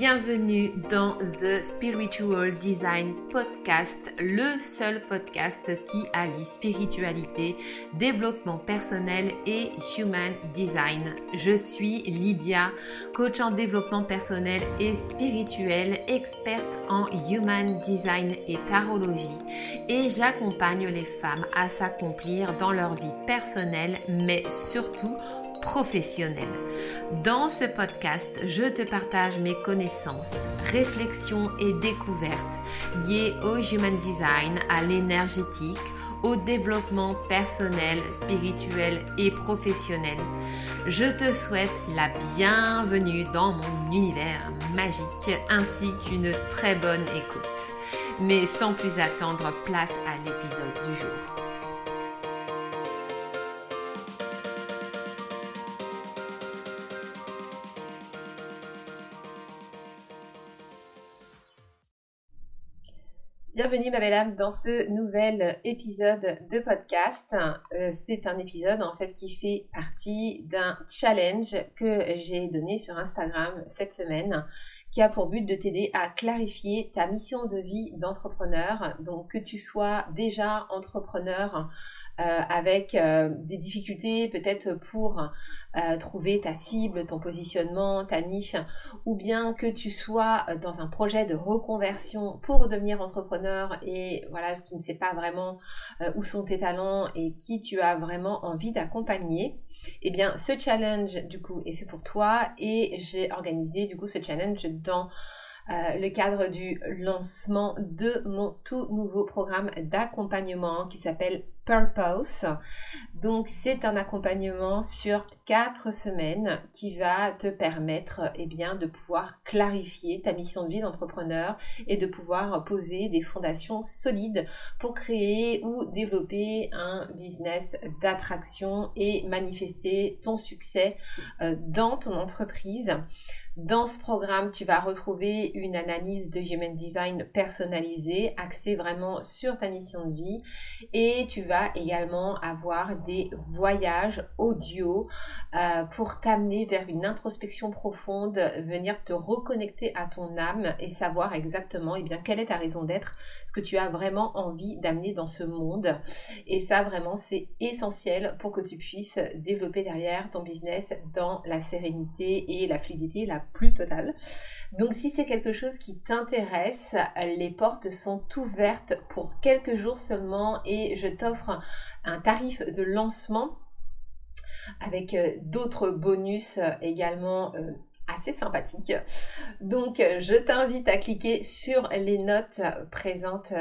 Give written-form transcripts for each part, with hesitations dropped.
Bienvenue dans The Spiritual Design Podcast, le seul podcast qui allie spiritualité, développement personnel et human design. Je suis Lydia, coach en développement personnel et spirituel, experte en human design et tarologie, et j'accompagne les femmes à s'accomplir dans leur vie personnelle, mais surtout professionnelle. Dans ce podcast, je te partage mes connaissances, réflexions et découvertes liées au human design, à l'énergétique, au développement personnel, spirituel et professionnel. Je te souhaite la bienvenue dans mon univers magique ainsi qu'une très bonne écoute. Mais sans plus attendre, place à l'épisode du jour. Bienvenue ma belle âme dans ce nouvel épisode de podcast. C'est un épisode en fait qui fait partie d'un challenge que j'ai donné sur Instagram cette semaine qui a pour but de t'aider à clarifier ta mission de vie d'entrepreneur. Donc que tu sois déjà entrepreneur avec des difficultés peut-être pour trouver ta cible, ton positionnement, ta niche, ou bien que tu sois dans un projet de reconversion pour devenir entrepreneur et voilà, tu ne sais pas vraiment où sont tes talents et qui tu as vraiment envie d'accompagner. Eh bien, ce challenge, du coup, est fait pour toi et j'ai organisé, du coup, ce challenge dans le cadre du lancement de mon tout nouveau programme d'accompagnement qui s'appelle Purpose. Donc, c'est un accompagnement sur 4 semaines qui va te permettre de pouvoir clarifier ta mission de vie d'entrepreneur et de pouvoir poser des fondations solides pour créer ou développer un business d'attraction et manifester ton succès dans ton entreprise. Dans ce programme, tu vas retrouver une analyse de Human Design personnalisée, axée vraiment sur ta mission de vie, et tu vas également avoir des voyages audio pour t'amener vers une introspection profonde, venir te reconnecter à ton âme et savoir exactement quelle est ta raison d'être, ce que tu as vraiment envie d'amener dans ce monde. Et ça vraiment c'est essentiel pour que tu puisses développer derrière ton business dans la sérénité et la fluidité la plus totale. Donc si c'est quelque chose qui t'intéresse, les portes sont ouvertes pour quelques jours seulement et je t'offre un tarif de lancement avec d'autres bonus également assez sympathiques. Donc je t'invite à cliquer sur les notes présentes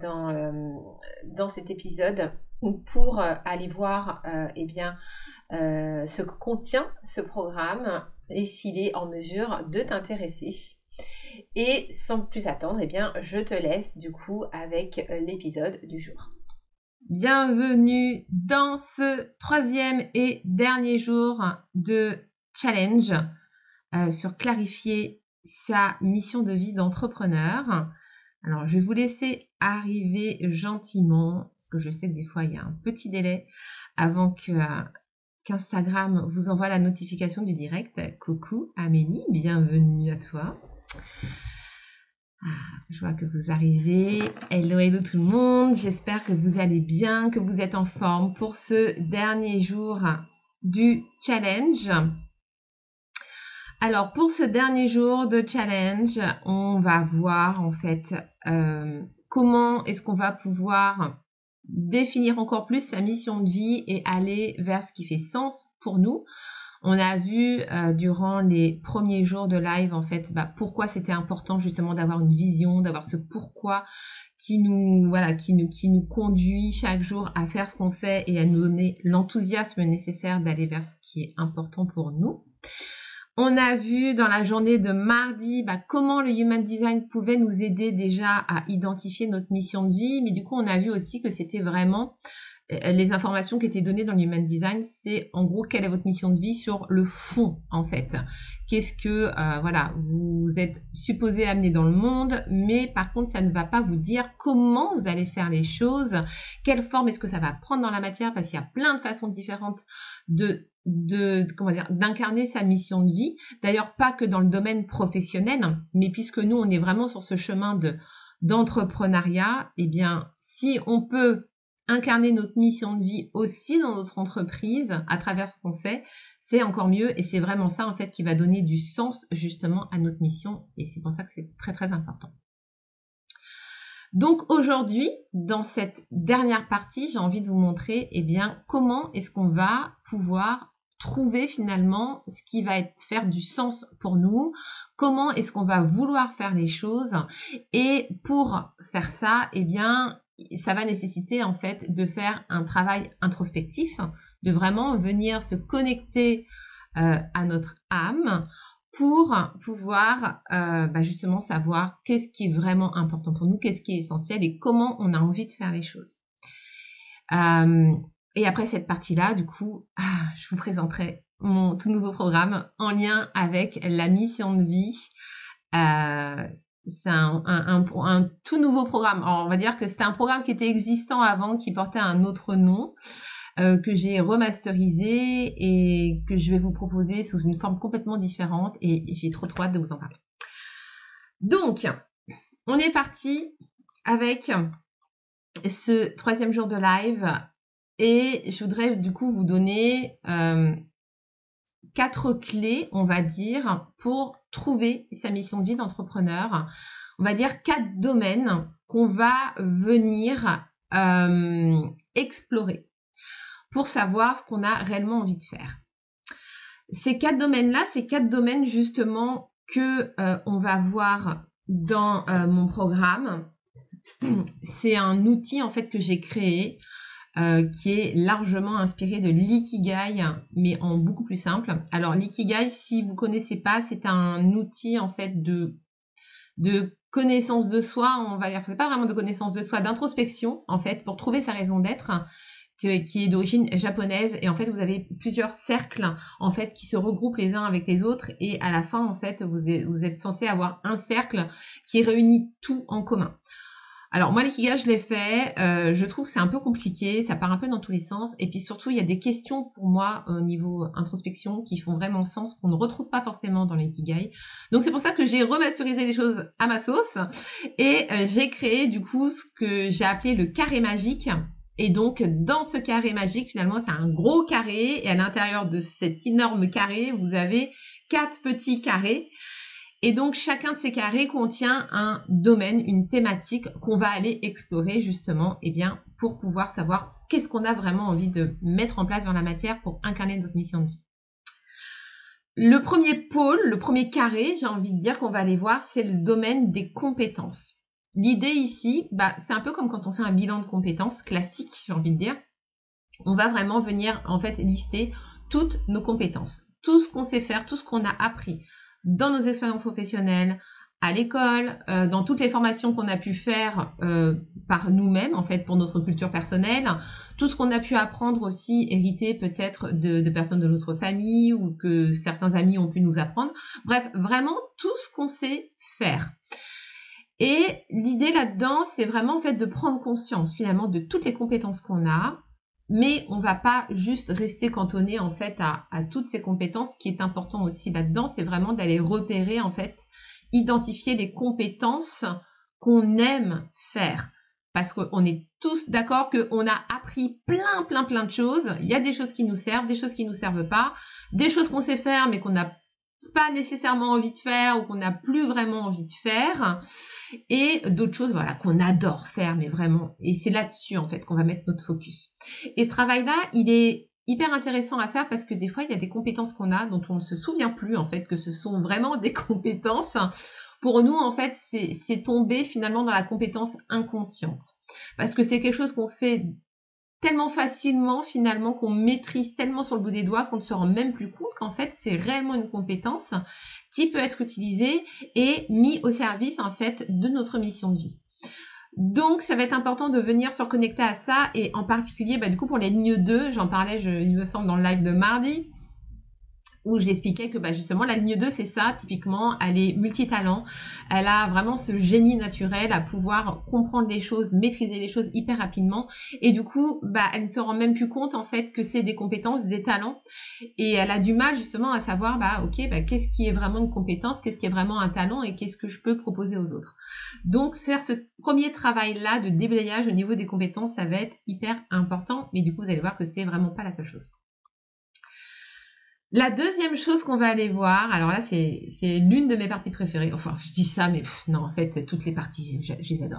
dans cet épisode pour aller voir ce que contient ce programme et s'il est en mesure de t'intéresser. Et sans plus attendre, je te laisse du coup avec l'épisode du jour. Bienvenue dans ce 3e et dernier jour de challenge sur clarifier sa mission de vie d'entrepreneur. Alors, je vais vous laisser arriver gentiment parce que je sais que des fois, il y a un petit délai avant qu'Instagram vous envoie la notification du direct. Coucou Amélie, bienvenue à toi. Je vois que vous arrivez. Hello tout le monde. J'espère que vous allez bien, que vous êtes en forme pour ce dernier jour du challenge. Alors, pour ce dernier jour de challenge, on va voir en fait comment est-ce qu'on va pouvoir définir encore plus sa mission de vie et aller vers ce qui fait sens pour nous. On a vu durant les premiers jours de live en fait pourquoi c'était important justement d'avoir une vision, d'avoir ce pourquoi qui nous conduit chaque jour à faire ce qu'on fait et à nous donner l'enthousiasme nécessaire d'aller vers ce qui est important pour nous. On a vu dans la journée de mardi comment le Human Design pouvait nous aider déjà à identifier notre mission de vie, mais du coup on a vu aussi que c'était vraiment les informations qui étaient données dans l'Human Design, c'est en gros quelle est votre mission de vie sur le fond en fait. Qu'est-ce que voilà, vous êtes supposé amener dans le monde, mais par contre ça ne va pas vous dire comment vous allez faire les choses, quelle forme est-ce que ça va prendre dans la matière, parce qu'il y a plein de façons différentes d'incarner sa mission de vie. D'ailleurs pas que dans le domaine professionnel, mais puisque nous on est vraiment sur ce chemin d'entrepreneuriat, eh bien si on peut incarner notre mission de vie aussi dans notre entreprise à travers ce qu'on fait, c'est encore mieux et c'est vraiment ça en fait qui va donner du sens justement à notre mission et c'est pour ça que c'est très très important. Donc aujourd'hui, dans cette dernière partie, j'ai envie de vous montrer comment est-ce qu'on va pouvoir trouver finalement ce qui va faire du sens pour nous, comment est-ce qu'on va vouloir faire les choses et pour faire ça, ça va nécessiter en fait de faire un travail introspectif, de vraiment venir se connecter à notre âme pour pouvoir justement savoir qu'est-ce qui est vraiment important pour nous, qu'est-ce qui est essentiel et comment on a envie de faire les choses. Et après cette partie-là, du coup, je vous présenterai mon tout nouveau programme en lien avec la mission de vie. C'est un tout nouveau programme. Alors, on va dire que c'était un programme qui était existant avant, qui portait un autre nom, que j'ai remasterisé et que je vais vous proposer sous une forme complètement différente et j'ai trop hâte de vous en parler. Donc, on est parti avec ce 3e jour de live et je voudrais du coup vous donner 4 clés, on va dire, pour trouver sa mission de vie d'entrepreneur. On va dire 4 domaines qu'on va venir explorer pour savoir ce qu'on a réellement envie de faire. Ces 4 domaines-là, c'est 4 domaines justement que on va voir dans mon programme. C'est un outil en fait que j'ai créé qui est largement inspiré de l'ikigai, mais en beaucoup plus simple. Alors l'ikigai, si vous connaissez pas, c'est un outil en fait de connaissance de soi, on va dire, c'est pas vraiment de connaissance de soi, d'introspection en fait, pour trouver sa raison d'être, qui est d'origine japonaise. Et en fait, vous avez plusieurs cercles en fait qui se regroupent les uns avec les autres. Et à la fin, en fait, vous êtes censé avoir un cercle qui réunit tout en commun. Alors moi l'ikigai je l'ai fait, je trouve que c'est un peu compliqué, ça part un peu dans tous les sens et puis surtout il y a des questions pour moi au niveau introspection qui font vraiment sens, qu'on ne retrouve pas forcément dans l'ikigai. Donc c'est pour ça que j'ai remasterisé les choses à ma sauce et j'ai créé du coup ce que j'ai appelé le carré magique. Et donc dans ce carré magique finalement c'est un gros carré et à l'intérieur de cet énorme carré vous avez 4 petits carrés. Et donc, chacun de ces carrés contient un domaine, une thématique qu'on va aller explorer justement, pour pouvoir savoir qu'est-ce qu'on a vraiment envie de mettre en place dans la matière pour incarner notre mission de vie. Le premier pôle, le premier carré, j'ai envie de dire qu'on va aller voir, c'est le domaine des compétences. L'idée ici, c'est un peu comme quand on fait un bilan de compétences classique, j'ai envie de dire. On va vraiment venir en fait lister toutes nos compétences, tout ce qu'on sait faire, tout ce qu'on a appris dans nos expériences professionnelles, à l'école, dans toutes les formations qu'on a pu faire par nous-mêmes, en fait, pour notre culture personnelle, tout ce qu'on a pu apprendre aussi, hériter peut-être de personnes de notre famille ou que certains amis ont pu nous apprendre. Bref, vraiment tout ce qu'on sait faire. Et l'idée là-dedans, c'est vraiment en fait de prendre conscience finalement de toutes les compétences qu'on a, mais on va pas juste rester cantonné en fait à toutes ces compétences. Ce qui est important aussi là-dedans, c'est vraiment d'aller repérer en fait, identifier les compétences qu'on aime faire. Parce qu'on est tous d'accord qu'on a appris plein de choses. Il y a des choses qui nous servent, des choses qui nous servent pas, des choses qu'on sait faire mais qu'on n'a pas nécessairement envie de faire ou qu'on n'a plus vraiment envie de faire, et d'autres choses voilà qu'on adore faire mais vraiment, et c'est là-dessus en fait qu'on va mettre notre focus. Et ce travail-là, il est hyper intéressant à faire parce que des fois il y a des compétences qu'on a dont on ne se souvient plus en fait que ce sont vraiment des compétences. Pour nous en fait c'est tomber finalement dans la compétence inconsciente parce que c'est quelque chose qu'on fait tellement facilement finalement, qu'on maîtrise tellement sur le bout des doigts qu'on ne se rend même plus compte qu'en fait c'est réellement une compétence qui peut être utilisée et mise au service en fait de notre mission de vie. Donc, ça va être important de venir se reconnecter à ça, et en particulier, du coup, pour les lignes 2, j'en parlais, il me semble, dans le live de mardi, où j'expliquais que justement la ligne 2 c'est ça, typiquement elle est multitalent, elle a vraiment ce génie naturel à pouvoir comprendre les choses, maîtriser les choses hyper rapidement, et du coup elle ne se rend même plus compte en fait que c'est des compétences, des talents, et elle a du mal justement à savoir qu'est-ce qui est vraiment une compétence, qu'est-ce qui est vraiment un talent, et qu'est-ce que je peux proposer aux autres. Donc faire ce premier travail là de déblayage au niveau des compétences, ça va être hyper important, mais du coup vous allez voir que c'est vraiment pas la seule chose. La deuxième chose qu'on va aller voir, alors là c'est l'une de mes parties préférées, enfin je dis ça mais non en fait toutes les parties je les adore.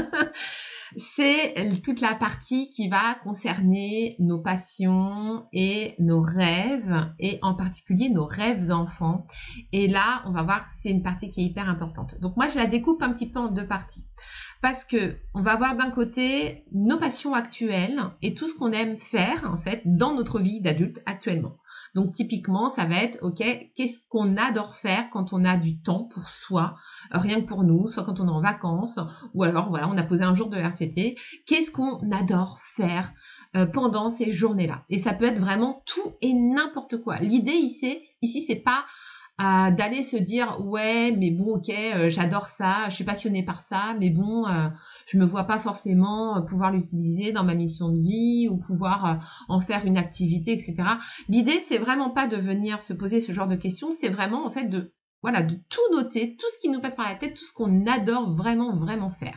C'est toute la partie qui va concerner nos passions et nos rêves, et en particulier nos rêves d'enfants. Et là on va voir que c'est une partie qui est hyper importante. Donc moi je la découpe un petit peu en deux parties. Parce que on va voir d'un côté nos passions actuelles et tout ce qu'on aime faire en fait dans notre vie d'adulte actuellement. Donc typiquement ça va être qu'est-ce qu'on adore faire quand on a du temps pour soi, rien que pour nous, soit quand on est en vacances, ou alors voilà on a posé un jour de RTT, qu'est-ce qu'on adore faire pendant ces journées-là. Et ça peut être vraiment tout et n'importe quoi. L'idée ici c'est pas d'aller se dire ouais mais bon j'adore ça, je suis passionnée par ça, mais bon je me vois pas forcément pouvoir l'utiliser dans ma mission de vie ou pouvoir en faire une activité, etc. L'idée c'est vraiment pas de venir se poser ce genre de questions, c'est vraiment en fait de tout noter, tout ce qui nous passe par la tête, tout ce qu'on adore vraiment vraiment faire,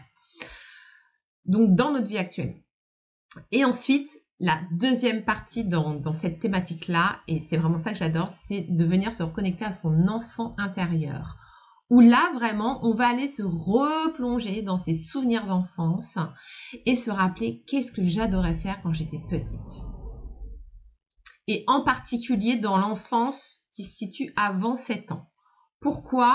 donc dans notre vie actuelle. Et ensuite la deuxième partie dans cette thématique-là, et c'est vraiment ça que j'adore, c'est de venir se reconnecter à son enfant intérieur. Où là, vraiment, on va aller se replonger dans ses souvenirs d'enfance et se rappeler qu'est-ce que j'adorais faire quand j'étais petite. Et en particulier dans l'enfance qui se situe avant 7 ans. Pourquoi ?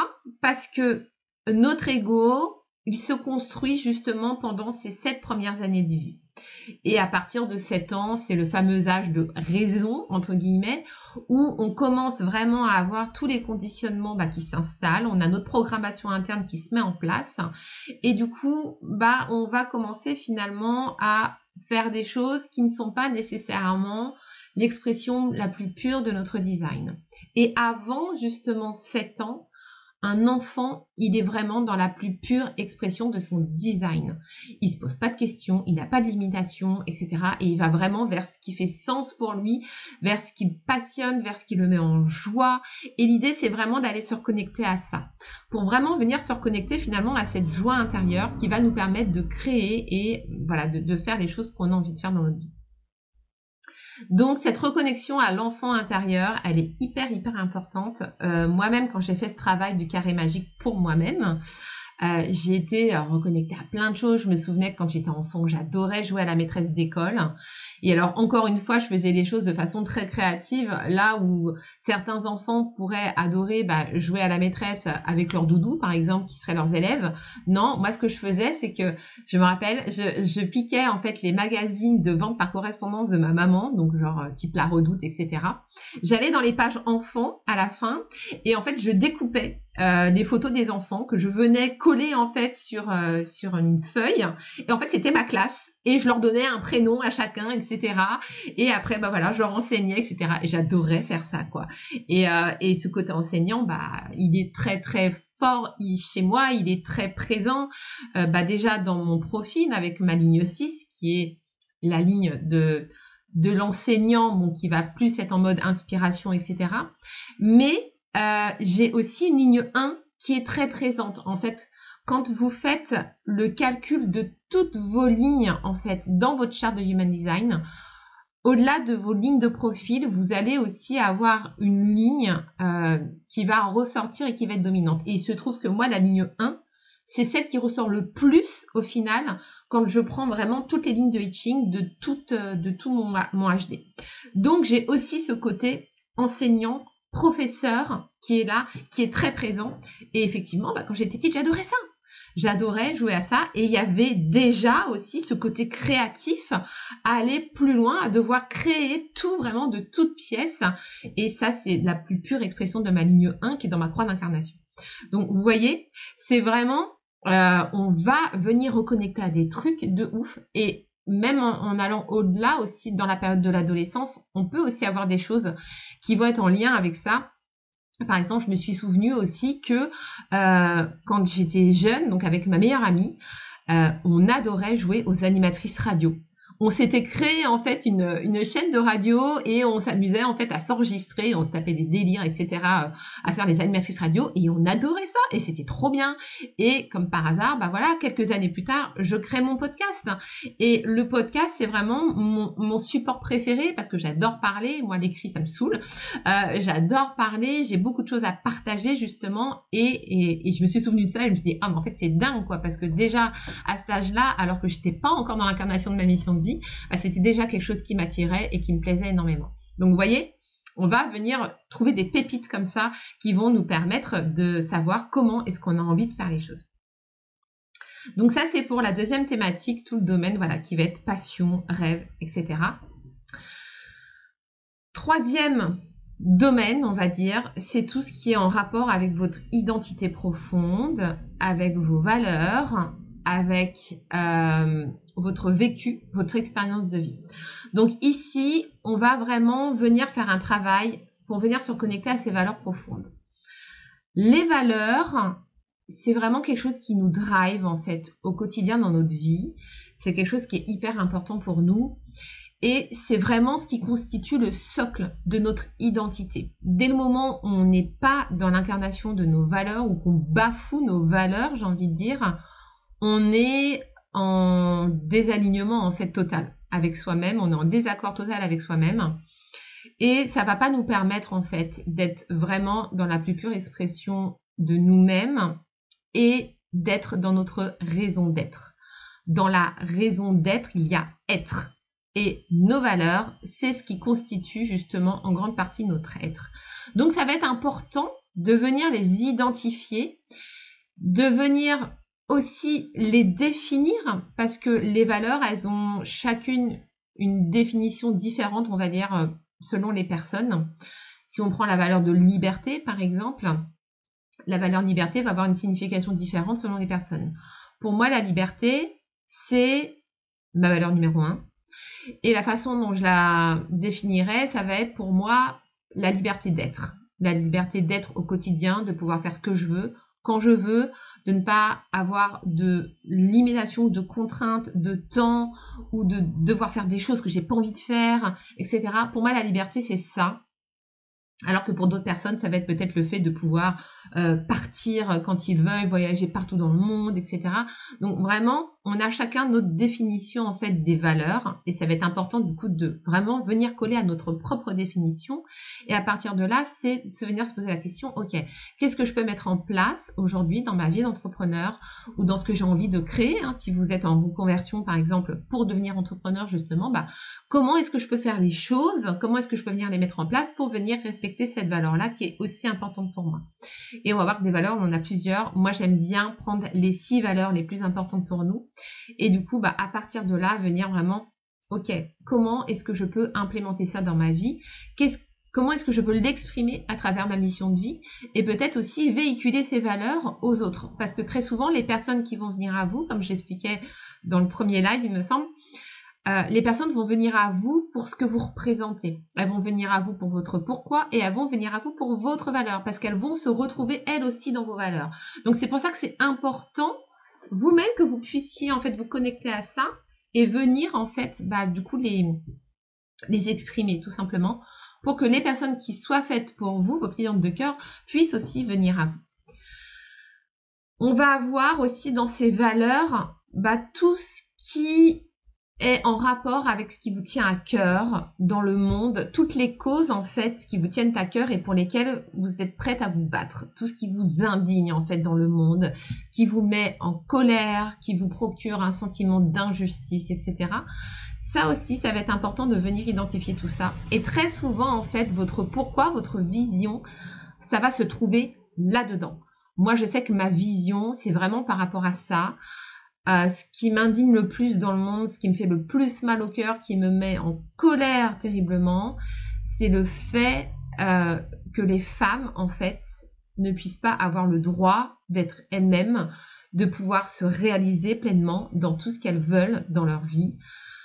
Parce que notre ego, il se construit justement pendant ces 7 premières années de vie. Et à partir de 7 ans, c'est le fameux âge de raison, entre guillemets, où on commence vraiment à avoir tous les conditionnements qui s'installent, on a notre programmation interne qui se met en place, et du coup, on va commencer finalement à faire des choses qui ne sont pas nécessairement l'expression la plus pure de notre design. Et avant justement 7 ans, un enfant, il est vraiment dans la plus pure expression de son design. Il se pose pas de questions, il n'a pas de limitations, etc. Et il va vraiment vers ce qui fait sens pour lui, vers ce qui le passionne, vers ce qui le met en joie. Et l'idée, c'est vraiment d'aller se reconnecter à ça. Pour vraiment venir se reconnecter finalement à cette joie intérieure qui va nous permettre de créer et de faire les choses qu'on a envie de faire dans notre vie. Donc cette reconnexion à l'enfant intérieur, elle est hyper importante. Moi-même, quand j'ai fait ce travail du carré magique pour moi-même, j'ai été reconnectée à plein de choses. Je me souvenais que quand j'étais enfant, j'adorais jouer à la maîtresse d'école. Et alors, encore une fois, je faisais les choses de façon très créative. Là où certains enfants pourraient adorer jouer à la maîtresse avec leur doudou, par exemple, qui seraient leurs élèves. Non, moi, ce que je faisais, c'est que, je me rappelle, je piquais en fait les magazines de vente par correspondance de ma maman, donc genre type La Redoute, etc. J'allais dans les pages enfants à la fin et en fait, je découpais les photos des enfants que je venais coller en fait sur une feuille, et en fait c'était ma classe et je leur donnais un prénom à chacun, etc. Et après je leur enseignais, etc. Et j'adorais faire ça quoi. Et ce côté enseignant, il est très très fort chez moi, il est très présent déjà dans mon profil avec ma ligne 6 qui est la ligne de l'enseignant, qui va plus être en mode inspiration, etc. Mais j'ai aussi une ligne 1 qui est très présente. En fait, quand vous faites le calcul de toutes vos lignes, en fait, dans votre charte de Human Design, au-delà de vos lignes de profil, vous allez aussi avoir une ligne qui va ressortir et qui va être dominante. Et il se trouve que moi, la ligne 1, c'est celle qui ressort le plus au final quand je prends vraiment toutes les lignes de Hitching de tout mon HD. Donc, j'ai aussi ce côté enseignant, professeur qui est là, qui est très présent. Et effectivement, quand j'étais petite, j'adorais ça. J'adorais jouer à ça, et il y avait déjà aussi ce côté créatif à aller plus loin, à devoir créer tout vraiment de toutes pièces. Et ça, c'est la plus pure expression de ma ligne 1 qui est dans ma croix d'incarnation. Donc, vous voyez, c'est vraiment on va venir reconnecter à des trucs de ouf. Et même en allant au-delà aussi dans la période de l'adolescence, on peut aussi avoir des choses qui vont être en lien avec ça. Par exemple, je me suis souvenue aussi que quand j'étais jeune, donc avec ma meilleure amie, on adorait jouer aux animatrices radio. On s'était créé en fait une chaîne de radio et on s'amusait en fait à s'enregistrer, on se tapait des délires, etc. À faire les animatrices radio et on adorait ça et c'était trop bien. Et comme par hasard, bah voilà, quelques années plus tard, je crée mon podcast. Et le podcast, c'est vraiment mon support préféré parce que j'adore parler. Moi, l'écrit, ça me saoule. J'adore parler, j'ai beaucoup de choses à partager justement et je me suis souvenue de ça et je me suis dit, ah mais en fait c'est dingue quoi, parce que déjà à cet âge-là, alors que j'étais pas encore dans l'incarnation de ma mission de vie, bah, c'était déjà quelque chose qui m'attirait et qui me plaisait énormément. Donc vous voyez, on va venir trouver des pépites comme ça qui vont nous permettre de savoir comment est-ce qu'on a envie de faire les choses. Donc ça c'est pour la deuxième thématique, tout le domaine voilà qui va être passion, rêve, etc. Troisième domaine, on va dire, c'est tout ce qui est en rapport avec votre identité profonde, avec vos valeurs, avec votre vécu, votre expérience de vie. Donc ici, on va vraiment venir faire un travail pour venir se reconnecter à ces valeurs profondes. Les valeurs, c'est vraiment quelque chose qui nous drive en fait au quotidien dans notre vie. C'est quelque chose qui est hyper important pour nous. Et c'est vraiment ce qui constitue le socle de notre identité. Dès le moment où on n'est pas dans l'incarnation de nos valeurs ou qu'on bafoue nos valeurs, j'ai envie de dire, on est en désalignement en fait total avec soi-même, on est en désaccord total avec soi-même. Et ça va pas nous permettre en fait d'être vraiment dans la plus pure expression de nous-mêmes et d'être dans notre raison d'être. Dans la raison d'être, il y a être. Et nos valeurs, c'est ce qui constitue justement en grande partie notre être. Donc ça va être important de venir les identifier, de venir aussi les définir, parce que les valeurs, elles ont chacune une définition différente, on va dire, selon les personnes. Si on prend la valeur de liberté, par exemple, la valeur liberté va avoir une signification différente selon les personnes. Pour moi, la liberté, c'est ma valeur numéro 1. Et la façon dont je la définirais, ça va être pour moi la liberté d'être. La liberté d'être au quotidien, de pouvoir faire ce que je veux, quand je veux, de ne pas avoir de limitation, de contraintes, de temps, ou de devoir faire des choses que j'ai pas envie de faire, etc. Pour moi, la liberté, c'est ça. Alors que pour d'autres personnes, ça va être peut-être le fait de pouvoir partir quand ils veulent, voyager partout dans le monde, etc. Donc vraiment, on a chacun notre définition en fait des valeurs et ça va être important du coup de vraiment venir coller à notre propre définition. Et à partir de là, c'est de se venir se poser la question, ok, qu'est-ce que je peux mettre en place aujourd'hui dans ma vie d'entrepreneur ou dans ce que j'ai envie de créer, hein, si vous êtes en reconversion par exemple pour devenir entrepreneur justement, bah, comment est-ce que je peux faire les choses, comment est-ce que je peux venir les mettre en place pour venir respecter cette valeur-là qui est aussi importante pour moi. Et on va voir que des valeurs, on en a plusieurs. Moi, j'aime bien prendre les 6 valeurs les plus importantes pour nous. Et du coup, bah, à partir de là, venir vraiment, ok, comment est-ce que je peux implémenter ça dans ma vie? Comment est-ce que je peux l'exprimer à travers ma mission de vie? Et peut-être aussi véhiculer ces valeurs aux autres. Parce que très souvent, les personnes qui vont venir à vous, comme j'expliquais dans le premier live, il me semble, les personnes vont venir à vous pour ce que vous représentez. Elles vont venir à vous pour votre pourquoi et elles vont venir à vous pour votre valeur parce qu'elles vont se retrouver elles aussi dans vos valeurs. Donc c'est pour ça que c'est important vous-même que vous puissiez en fait vous connecter à ça et venir en fait bah, du coup les exprimer tout simplement pour que les personnes qui soient faites pour vous, vos clientes de cœur, puissent aussi venir à vous. On va avoir aussi dans ces valeurs bah, tout ce qui est en rapport avec ce qui vous tient à cœur dans le monde, toutes les causes en fait qui vous tiennent à cœur et pour lesquelles vous êtes prête à vous battre, tout ce qui vous indigne en fait dans le monde, qui vous met en colère, qui vous procure un sentiment d'injustice, etc. Ça aussi, ça va être important de venir identifier tout ça. Et très souvent en fait, votre pourquoi, votre vision, ça va se trouver là-dedans. Moi, je sais que ma vision, c'est vraiment par rapport à ça. Ce qui m'indigne le plus dans le monde, ce qui me fait le plus mal au cœur, qui me met en colère terriblement, c'est le fait que les femmes, en fait, ne puissent pas avoir le droit d'être elles-mêmes, de pouvoir se réaliser pleinement dans tout ce qu'elles veulent dans leur vie.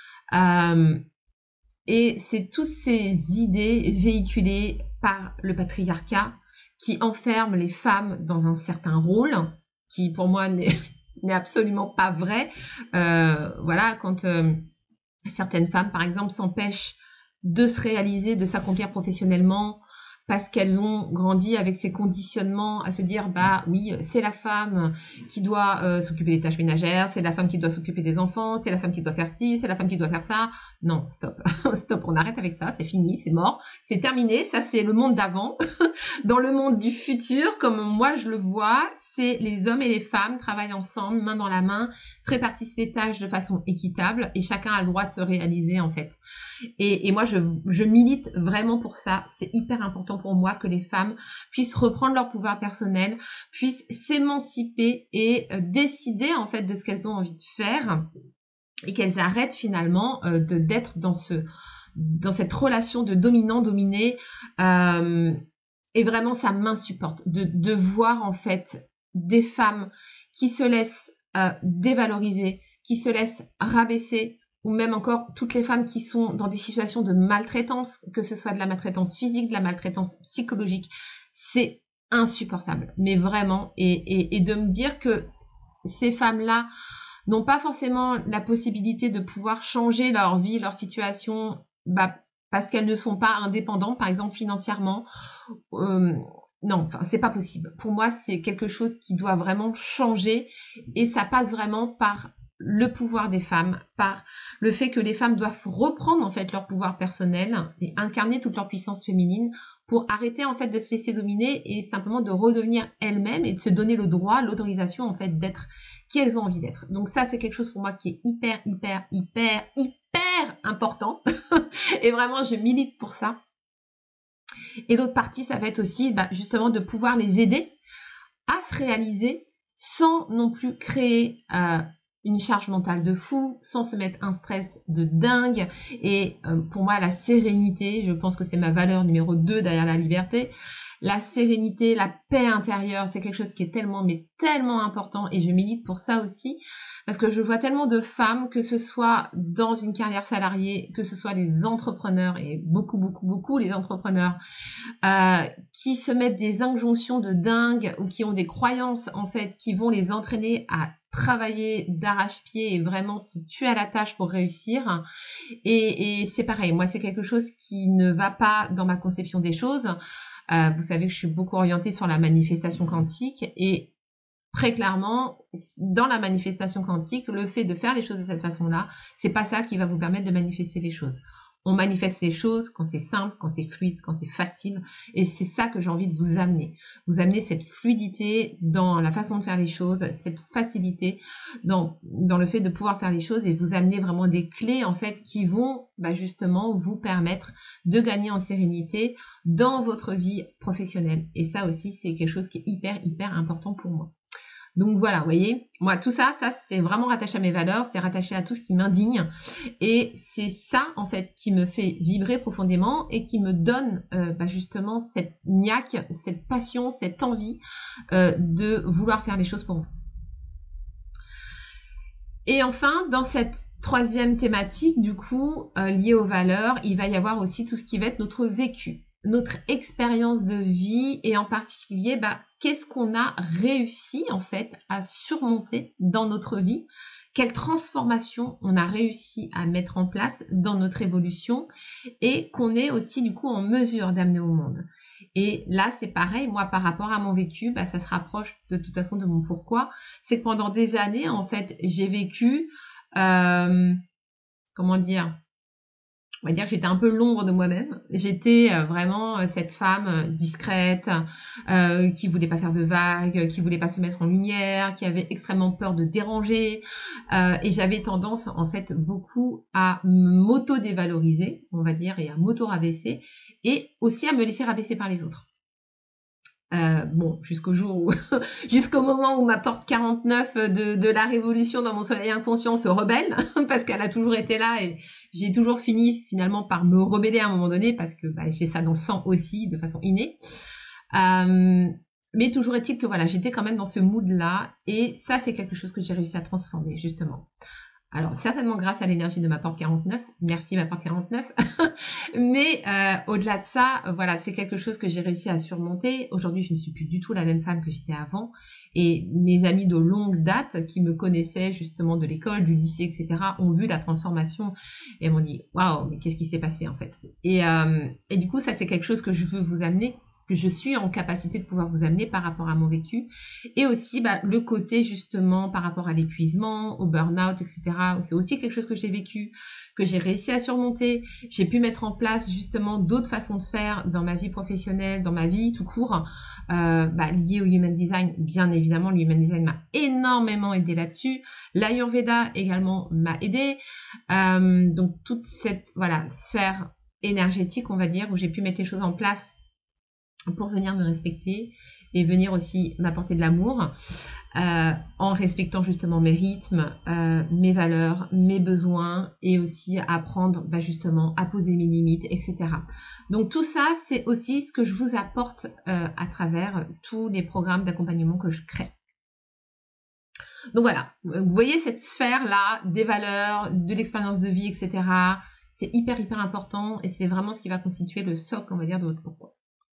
Et c'est toutes ces idées véhiculées par le patriarcat qui enferment les femmes dans un certain rôle, qui pour moi n'est absolument pas vrai. Voilà, quand certaines femmes, par exemple, s'empêchent de se réaliser, de s'accomplir professionnellement, parce qu'elles ont grandi avec ces conditionnements à se dire, bah oui, c'est la femme qui doit s'occuper des tâches ménagères, c'est la femme qui doit s'occuper des enfants, c'est la femme qui doit faire ci, c'est la femme qui doit faire ça. Non, stop, stop, on arrête avec ça, c'est fini, c'est mort, c'est terminé, ça c'est le monde d'avant. Dans le monde du futur, comme moi je le vois, c'est les hommes et les femmes travaillent ensemble, main dans la main, se répartissent les tâches de façon équitable et chacun a le droit de se réaliser en fait. Et moi, je milite vraiment pour ça. C'est hyper important pour moi que les femmes puissent reprendre leur pouvoir personnel, puissent s'émanciper et décider en fait de ce qu'elles ont envie de faire et qu'elles arrêtent finalement d'être dans cette relation de dominant-dominé. Et vraiment, ça m'insupporte de voir en fait des femmes qui se laissent dévaloriser, qui se laissent rabaisser, ou même encore toutes les femmes qui sont dans des situations de maltraitance, que ce soit de la maltraitance physique, de la maltraitance psychologique. C'est insupportable, mais vraiment. Et de me dire que ces femmes-là n'ont pas forcément la possibilité de pouvoir changer leur vie, leur situation, parce qu'elles ne sont pas indépendantes, par exemple financièrement. Non, enfin, c'est pas possible. Pour moi, c'est quelque chose qui doit vraiment changer et ça passe vraiment par le pouvoir des femmes, par le fait que les femmes doivent reprendre en fait leur pouvoir personnel et incarner toute leur puissance féminine pour arrêter en fait de se laisser dominer et simplement de redevenir elles-mêmes et de se donner le droit, l'autorisation en fait d'être qui elles ont envie d'être. Donc ça, c'est quelque chose pour moi qui est hyper important et vraiment je milite pour ça. Et l'autre partie, ça va être aussi justement de pouvoir les aider à se réaliser sans non plus créer une charge mentale de fou, sans se mettre un stress de dingue. Et pour moi, la sérénité, je pense que c'est ma valeur numéro 2 derrière la liberté. La sérénité, la paix intérieure, c'est quelque chose qui est tellement important et je milite pour ça aussi parce que je vois tellement de femmes, que ce soit dans une carrière salariée, que ce soit les entrepreneurs et beaucoup les entrepreneurs qui se mettent des injonctions de dingue ou qui ont des croyances en fait qui vont les entraîner à travailler d'arrache-pied et vraiment se tuer à la tâche pour réussir. Et c'est pareil, moi c'est quelque chose qui ne va pas dans ma conception des choses. Vous savez que je suis beaucoup orientée sur la manifestation quantique et très clairement, dans la manifestation quantique, le fait de faire les choses de cette façon-là, c'est pas ça qui va vous permettre de manifester les choses. On manifeste les choses quand c'est simple, quand c'est fluide, quand c'est facile. Et c'est ça que j'ai envie de vous amener. Vous amener cette fluidité dans la façon de faire les choses, cette facilité dans le fait de pouvoir faire les choses et vous amener vraiment des clés en fait qui vont justement vous permettre de gagner en sérénité dans votre vie professionnelle. Et ça aussi, c'est quelque chose qui est hyper important pour moi. Donc voilà, vous voyez, moi tout ça c'est vraiment rattaché à mes valeurs, c'est rattaché à tout ce qui m'indigne et c'est ça en fait qui me fait vibrer profondément et qui me donne justement cette niaque, cette passion, cette envie de vouloir faire les choses pour vous. Et enfin, dans cette troisième thématique, du coup, liée aux valeurs, il va y avoir aussi tout ce qui va être notre vécu, notre expérience de vie et en particulier, qu'est-ce qu'on a réussi en fait à surmonter dans notre vie, quelle transformation on a réussi à mettre en place dans notre évolution et qu'on est aussi du coup en mesure d'amener au monde. Et là, c'est pareil, moi par rapport à mon vécu, ça se rapproche de toute façon de mon pourquoi. C'est que pendant des années, en fait, j'ai vécu, on va dire que j'étais un peu l'ombre de moi-même. J'étais vraiment cette femme discrète, qui voulait pas faire de vagues, qui voulait pas se mettre en lumière, qui avait extrêmement peur de déranger. Et j'avais tendance, en fait, beaucoup à m'auto-dévaloriser, on va dire, et à m'auto-rabaisser, et aussi à me laisser rabaisser par les autres. Jusqu'au moment où ma porte 49 de la révolution dans mon soleil inconscient se rebelle, parce qu'elle a toujours été là et j'ai toujours fini finalement par me rebeller à un moment donné parce que j'ai ça dans le sang aussi de façon innée. Mais toujours est-il que voilà, j'étais quand même dans ce mood-là et ça, c'est quelque chose que j'ai réussi à transformer justement. Alors, certainement grâce à l'énergie de ma porte 49. Merci ma porte 49. Mais au-delà de ça, voilà, c'est quelque chose que j'ai réussi à surmonter. Aujourd'hui, je ne suis plus du tout la même femme que j'étais avant. Et mes amis de longue date qui me connaissaient justement de l'école, du lycée, etc., ont vu la transformation et m'ont dit « Waouh, mais qu'est-ce qui s'est passé en fait ?» Et du coup, ça, c'est quelque chose que je veux vous amener, que je suis en capacité de pouvoir vous amener par rapport à mon vécu. Et aussi, le côté justement par rapport à l'épuisement, au burn-out, etc. C'est aussi quelque chose que j'ai vécu, que j'ai réussi à surmonter. J'ai pu mettre en place justement d'autres façons de faire dans ma vie professionnelle, dans ma vie tout court, liées au Human Design. Bien évidemment, le Human Design m'a énormément aidé là-dessus. L'Ayurveda également m'a aidé. Donc toute cette sphère énergétique, on va dire, où j'ai pu mettre les choses en place pour venir me respecter et venir aussi m'apporter de l'amour en respectant justement mes rythmes, mes valeurs, mes besoins et aussi apprendre justement à poser mes limites, etc. Donc tout ça, c'est aussi ce que je vous apporte à travers tous les programmes d'accompagnement que je crée. Donc voilà, vous voyez cette sphère-là des valeurs, de l'expérience de vie, etc. C'est hyper important et c'est vraiment ce qui va constituer le socle, on va dire, de votre pourquoi.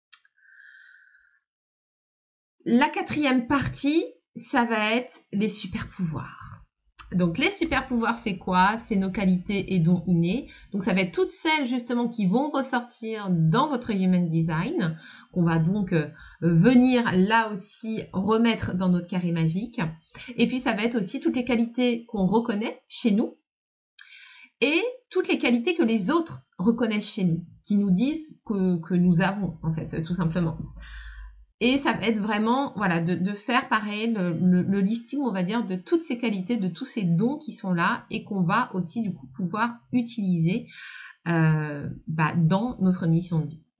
La quatrième partie, ça va être les super pouvoirs. Donc les super pouvoirs, c'est quoi? C'est nos qualités et dons innés. Donc ça va être toutes celles justement qui vont ressortir dans votre Human Design, qu'on va donc venir là aussi remettre dans notre carré magique. Et puis ça va être aussi toutes les qualités qu'on reconnaît chez nous et toutes les qualités que les autres reconnaissent chez nous, qui nous disent que nous avons en fait, tout simplement. Et ça va être vraiment de faire pareil le listing, on va dire, de toutes ces qualités, de tous ces dons qui sont là et qu'on va aussi du coup pouvoir utiliser dans notre mission de vie.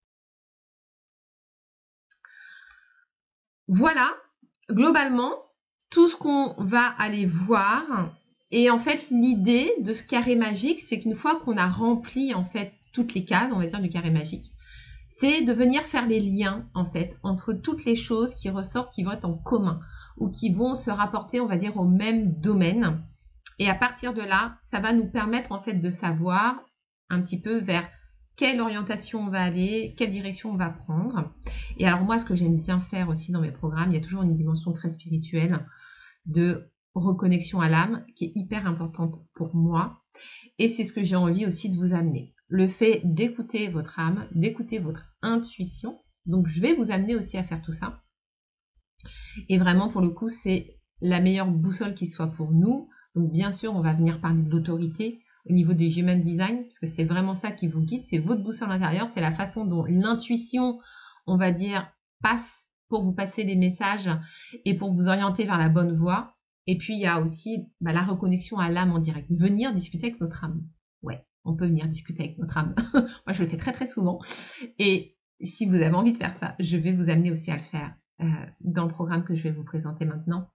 Voilà, globalement, tout ce qu'on va aller voir. Et en fait, l'idée de ce carré magique, c'est qu'une fois qu'on a rempli en fait toutes les cases, on va dire, du carré magique, c'est de venir faire les liens, en fait, entre toutes les choses qui ressortent, qui vont être en commun, ou qui vont se rapporter, on va dire, au même domaine. Et à partir de là, ça va nous permettre, en fait, de savoir un petit peu vers quelle orientation on va aller, quelle direction on va prendre. Et alors moi, ce que j'aime bien faire aussi dans mes programmes, il y a toujours une dimension très spirituelle de reconnexion à l'âme, qui est hyper importante pour moi. Et c'est ce que j'ai envie aussi de vous amener. Le fait d'écouter votre âme, d'écouter votre intuition. Donc, je vais vous amener aussi à faire tout ça. Et vraiment, pour le coup, c'est la meilleure boussole qui soit pour nous. Donc, bien sûr, on va venir parler de l'autorité au niveau du Human Design, parce que c'est vraiment ça qui vous guide. C'est votre boussole intérieure. C'est la façon dont l'intuition, on va dire, passe pour vous passer des messages et pour vous orienter vers la bonne voie. Et puis, il y a aussi la reconnexion à l'âme en direct. Venir discuter avec notre âme. Ouais, on peut venir discuter avec notre âme. Moi, je le fais très, très souvent. Et si vous avez envie de faire ça, je vais vous amener aussi à le faire dans le programme que je vais vous présenter maintenant.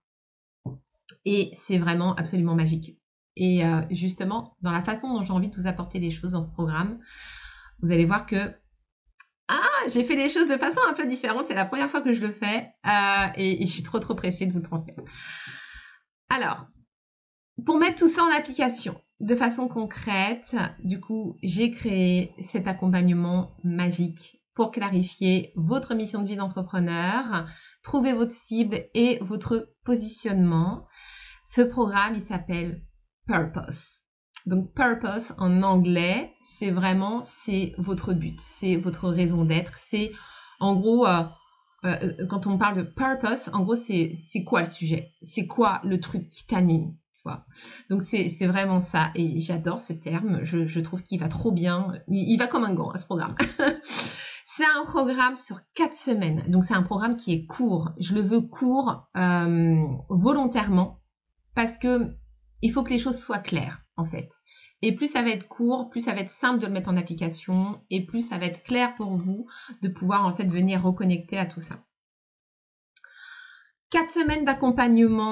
Et c'est vraiment absolument magique. Et justement, dans la façon dont j'ai envie de vous apporter les choses dans ce programme, vous allez voir que j'ai fait les choses de façon un peu différente. C'est la première fois que je le fais et je suis trop, trop pressée de vous le transmettre. Alors, pour mettre tout ça en application de façon concrète, du coup, j'ai créé cet accompagnement magique pour clarifier votre mission de vie d'entrepreneur, trouver votre cible et votre positionnement. Ce programme, il s'appelle Purpose. Donc, Purpose en anglais, c'est votre but, c'est votre raison d'être. C'est en gros... quand on parle de purpose, en gros, c'est quoi le sujet? C'est quoi le truc qui t'anime? Donc, c'est vraiment ça. Et j'adore ce terme. Je trouve qu'il va trop bien. Il va comme un gant, ce programme. C'est un programme sur 4 semaines. Donc, c'est un programme qui est court. Je le veux court volontairement parce que il faut que les choses soient claires, en fait. Et plus ça va être court, plus ça va être simple de le mettre en application et plus ça va être clair pour vous de pouvoir, en fait, venir reconnecter à tout ça. 4 semaines d'accompagnement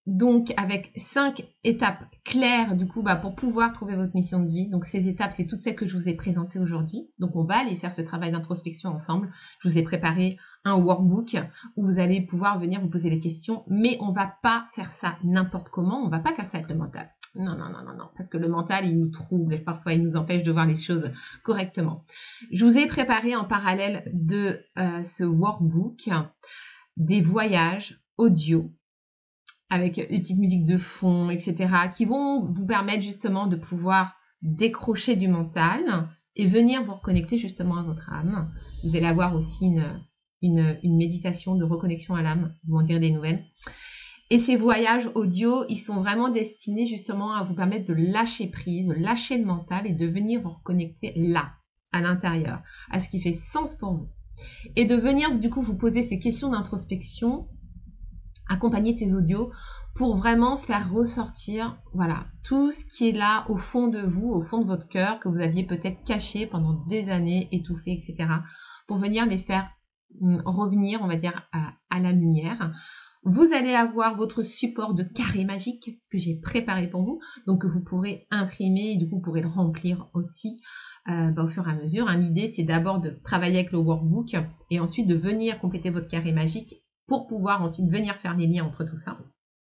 donc avec 5 étapes claires du coup pour pouvoir trouver votre mission de vie. Donc ces étapes, c'est toutes celles que je vous ai présentées aujourd'hui. Donc on va aller faire ce travail d'introspection ensemble. Je vous ai préparé un workbook où vous allez pouvoir venir vous poser les questions, mais on va pas faire ça n'importe comment, on va pas faire ça avec le mental. Non, parce que le mental, il nous trouble, parfois il nous empêche de voir les choses correctement. Je vous ai préparé en parallèle de ce workbook des voyages audio avec des petites musiques de fond, etc., qui vont vous permettre justement de pouvoir décrocher du mental et venir vous reconnecter justement à votre âme. Vous allez avoir aussi une méditation de reconnexion à l'âme, vous m'en direz des nouvelles. Et ces voyages audio, ils sont vraiment destinés justement à vous permettre de lâcher prise, de lâcher le mental et de venir vous reconnecter là, à l'intérieur, à ce qui fait sens pour vous. Et de venir du coup vous poser ces questions d'introspection accompagné de ces audios pour vraiment faire ressortir tout ce qui est là au fond de vous, au fond de votre cœur, que vous aviez peut-être caché pendant des années, étouffé, etc. pour venir les faire revenir, on va dire, à la lumière. Vous allez avoir votre support de carré magique que j'ai préparé pour vous, donc que vous pourrez imprimer et du coup vous pourrez le remplir aussi au fur et à mesure. L'idée, c'est d'abord de travailler avec le workbook et ensuite de venir compléter votre carré magique pour pouvoir ensuite venir faire les liens entre tout ça.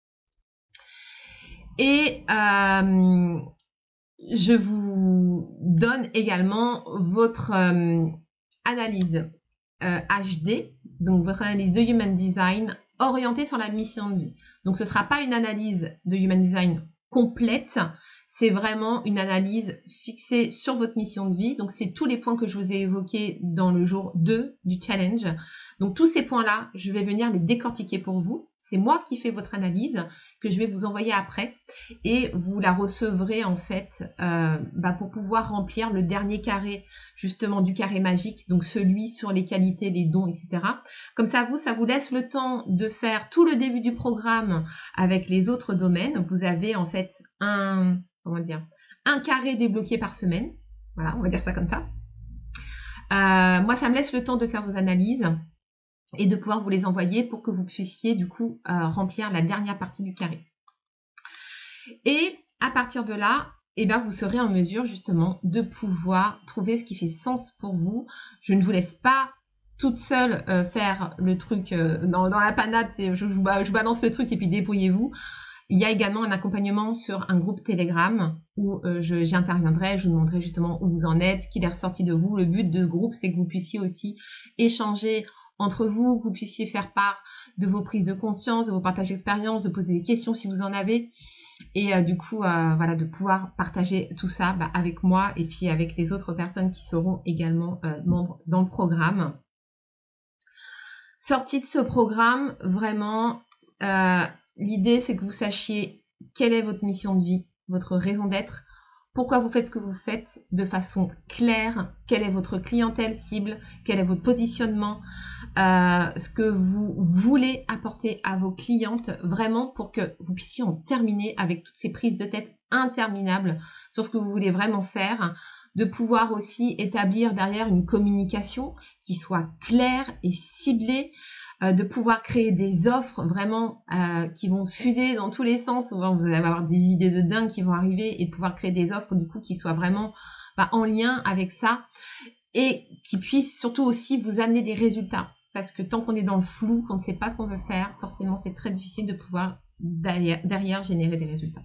Et je vous donne également votre analyse HD, donc votre analyse de Human Design orientée sur la mission de vie. Donc ce ne sera pas une analyse de Human Design complète, c'est vraiment une analyse fixée sur votre mission de vie. Donc c'est tous les points que je vous ai évoqués dans le jour 2 du challenge. Donc tous ces points-là, je vais venir les décortiquer pour vous. C'est moi qui fais votre analyse, que je vais vous envoyer après. Et vous la recevrez en fait pour pouvoir remplir le dernier carré justement du carré magique. Donc celui sur les qualités, les dons, etc. Comme ça vous laisse le temps de faire tout le début du programme avec les autres domaines. Vous avez en fait un carré débloqué par semaine. Voilà, on va dire ça comme ça. Moi, ça me laisse le temps de faire vos analyses et de pouvoir vous les envoyer pour que vous puissiez du coup remplir la dernière partie du carré. Et à partir de là, vous serez en mesure justement de pouvoir trouver ce qui fait sens pour vous. Je ne vous laisse pas toute seule faire le truc dans la panade, je balance le truc et puis débrouillez-vous. Il y a également un accompagnement sur un groupe Telegram où j'interviendrai, je vous demanderai justement où vous en êtes, ce qu'il est ressorti de vous. Le but de ce groupe, c'est que vous puissiez aussi échanger entre vous, que vous puissiez faire part de vos prises de conscience, de vos partages d'expérience, de poser des questions si vous en avez. Et du coup, de pouvoir partager tout ça avec moi et puis avec les autres personnes qui seront également membres dans le programme. Sortie de ce programme, vraiment... l'idée, c'est que vous sachiez quelle est votre mission de vie, votre raison d'être, pourquoi vous faites ce que vous faites de façon claire, quelle est votre clientèle cible, quel est votre positionnement, ce que vous voulez apporter à vos clientes, vraiment pour que vous puissiez en terminer avec toutes ces prises de tête interminables sur ce que vous voulez vraiment faire, de pouvoir aussi établir derrière une communication qui soit claire et ciblée, de pouvoir créer des offres vraiment qui vont fuser dans tous les sens. Vous allez avoir des idées de dingue qui vont arriver et pouvoir créer des offres du coup qui soient vraiment en lien avec ça et qui puissent surtout aussi vous amener des résultats. Parce que tant qu'on est dans le flou, qu'on ne sait pas ce qu'on veut faire, forcément c'est très difficile de pouvoir derrière générer des résultats.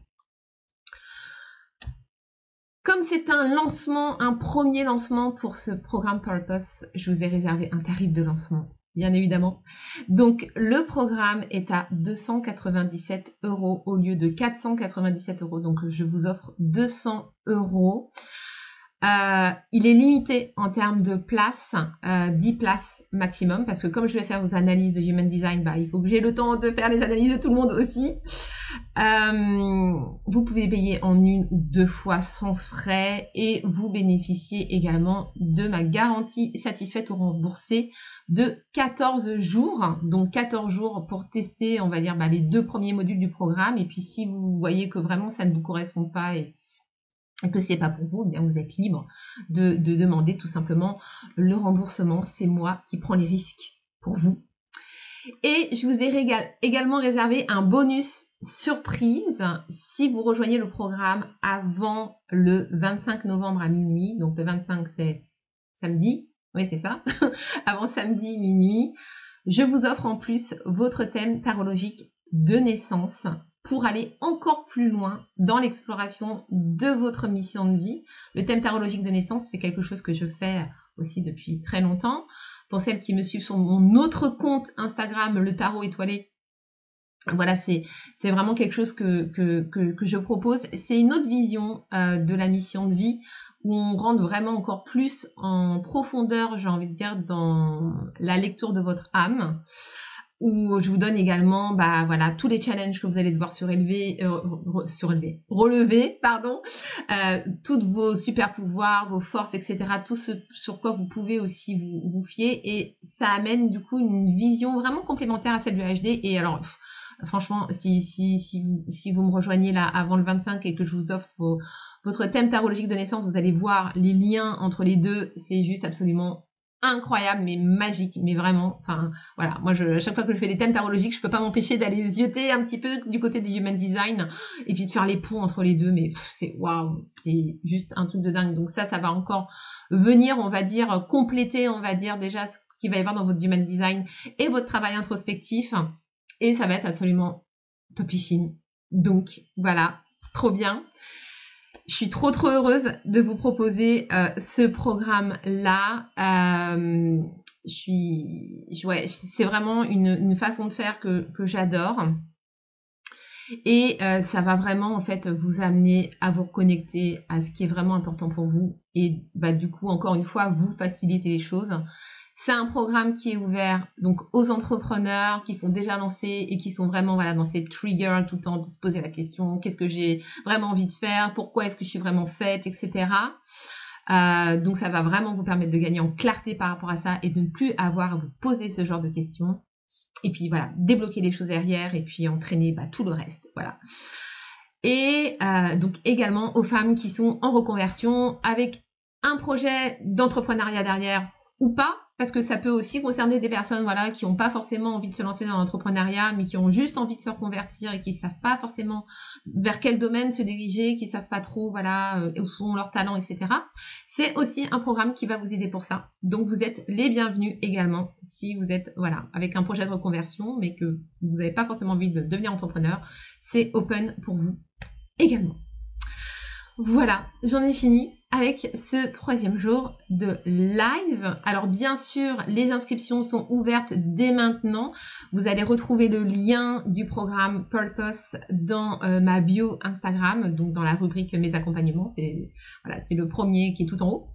Comme c'est un premier lancement pour ce programme Purpose, je vous ai réservé un tarif de lancement. Bien évidemment. Donc, le programme est à 297 € au lieu de 497 €. Donc, je vous offre 200 €. Il est limité en termes de places, 10 places maximum, parce que comme je vais faire vos analyses de Human Design, il faut que j'ai le temps de faire les analyses de tout le monde aussi. Vous pouvez payer en 1 ou 2 fois sans frais et vous bénéficiez également de ma garantie satisfaite ou remboursée de 14 jours. Donc 14 jours pour tester, on va dire, les 2 premiers modules du programme. Et puis si vous voyez que vraiment ça ne vous correspond pas et que c'est pas pour vous, bien vous êtes libre de demander tout simplement le remboursement. C'est moi qui prends les risques pour vous. Et je vous ai également réservé un bonus surprise si vous rejoignez le programme avant le 25 novembre à minuit. Donc le 25, c'est samedi. Oui, c'est ça. Avant samedi, minuit. Je vous offre en plus votre thème tarologique de naissance pour aller encore plus loin dans l'exploration de votre mission de vie. Le thème tarologique de naissance, c'est quelque chose que je fais aussi depuis très longtemps. Pour celles qui me suivent sur mon autre compte Instagram, le tarot étoilé, voilà, c'est vraiment quelque chose que je propose. C'est une autre vision de la mission de vie où on rentre vraiment encore plus en profondeur, j'ai envie de dire, dans la lecture de votre âme, où je vous donne également voilà, tous les challenges que vous allez devoir relever, tous vos super pouvoirs, vos forces, etc., tout ce sur quoi vous pouvez aussi vous fier, et ça amène du coup une vision vraiment complémentaire à celle du HD. Et alors franchement, si vous me rejoignez là avant le 25 et que je vous offre votre thème tarologique de naissance, vous allez voir les liens entre les deux, c'est juste absolument incroyable, mais magique, mais vraiment, enfin voilà, moi à chaque fois que je fais des thèmes tarologiques, je peux pas m'empêcher d'aller zioter un petit peu du côté du human design et puis de faire les ponts entre les deux, mais c'est waouh, c'est juste un truc de dingue. Donc ça va encore venir, on va dire, compléter, on va dire déjà ce qu'il va y avoir dans votre human design et votre travail introspectif, et ça va être absolument topissime. Donc voilà, trop bien. Je suis trop heureuse de vous proposer ce programme-là. C'est vraiment une façon de faire que j'adore. Et ça va vraiment en fait vous amener à vous reconnecter à ce qui est vraiment important pour vous. Et du coup, encore une fois, vous faciliter les choses. C'est un programme qui est ouvert donc aux entrepreneurs qui sont déjà lancés et qui sont vraiment dans ces triggers tout le temps de se poser la question, qu'est-ce que j'ai vraiment envie de faire, pourquoi est-ce que je suis vraiment faite, etc. Donc ça va vraiment vous permettre de gagner en clarté par rapport à ça et de ne plus avoir à vous poser ce genre de questions. Et puis voilà, débloquer les choses derrière et puis entraîner tout le reste. Voilà. Et donc également aux femmes qui sont en reconversion avec un projet d'entrepreneuriat derrière ou pas, parce que ça peut aussi concerner des personnes qui n'ont pas forcément envie de se lancer dans l'entrepreneuriat, mais qui ont juste envie de se reconvertir et qui ne savent pas forcément vers quel domaine se diriger, qui ne savent pas trop où sont leurs talents, etc. C'est aussi un programme qui va vous aider pour ça. Donc vous êtes les bienvenus également si vous êtes avec un projet de reconversion, mais que vous n'avez pas forcément envie de devenir entrepreneur. C'est open pour vous également. Voilà, j'en ai fini avec ce 3e jour de live. Alors bien sûr, les inscriptions sont ouvertes dès maintenant. Vous allez retrouver le lien du programme Purpose dans ma bio Instagram, donc dans la rubrique mes accompagnements. C'est le premier qui est tout en haut.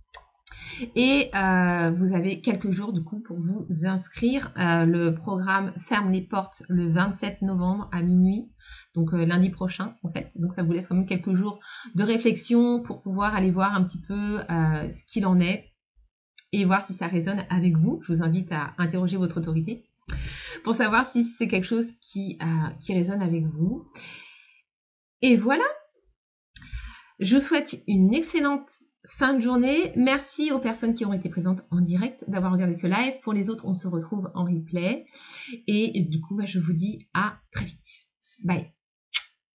Et vous avez quelques jours du coup pour vous inscrire. Le programme ferme les portes le 27 novembre à minuit, donc lundi prochain en fait. Donc ça vous laisse quand même quelques jours de réflexion pour pouvoir aller voir un petit peu ce qu'il en est et voir si ça résonne avec vous. Je vous invite à interroger votre autorité pour savoir si c'est quelque chose qui résonne avec vous. Et voilà, je vous souhaite une excellente fin de journée. Merci aux personnes qui ont été présentes en direct d'avoir regardé ce live. Pour les autres, on se retrouve en replay. Et du coup, je vous dis à très vite. Bye.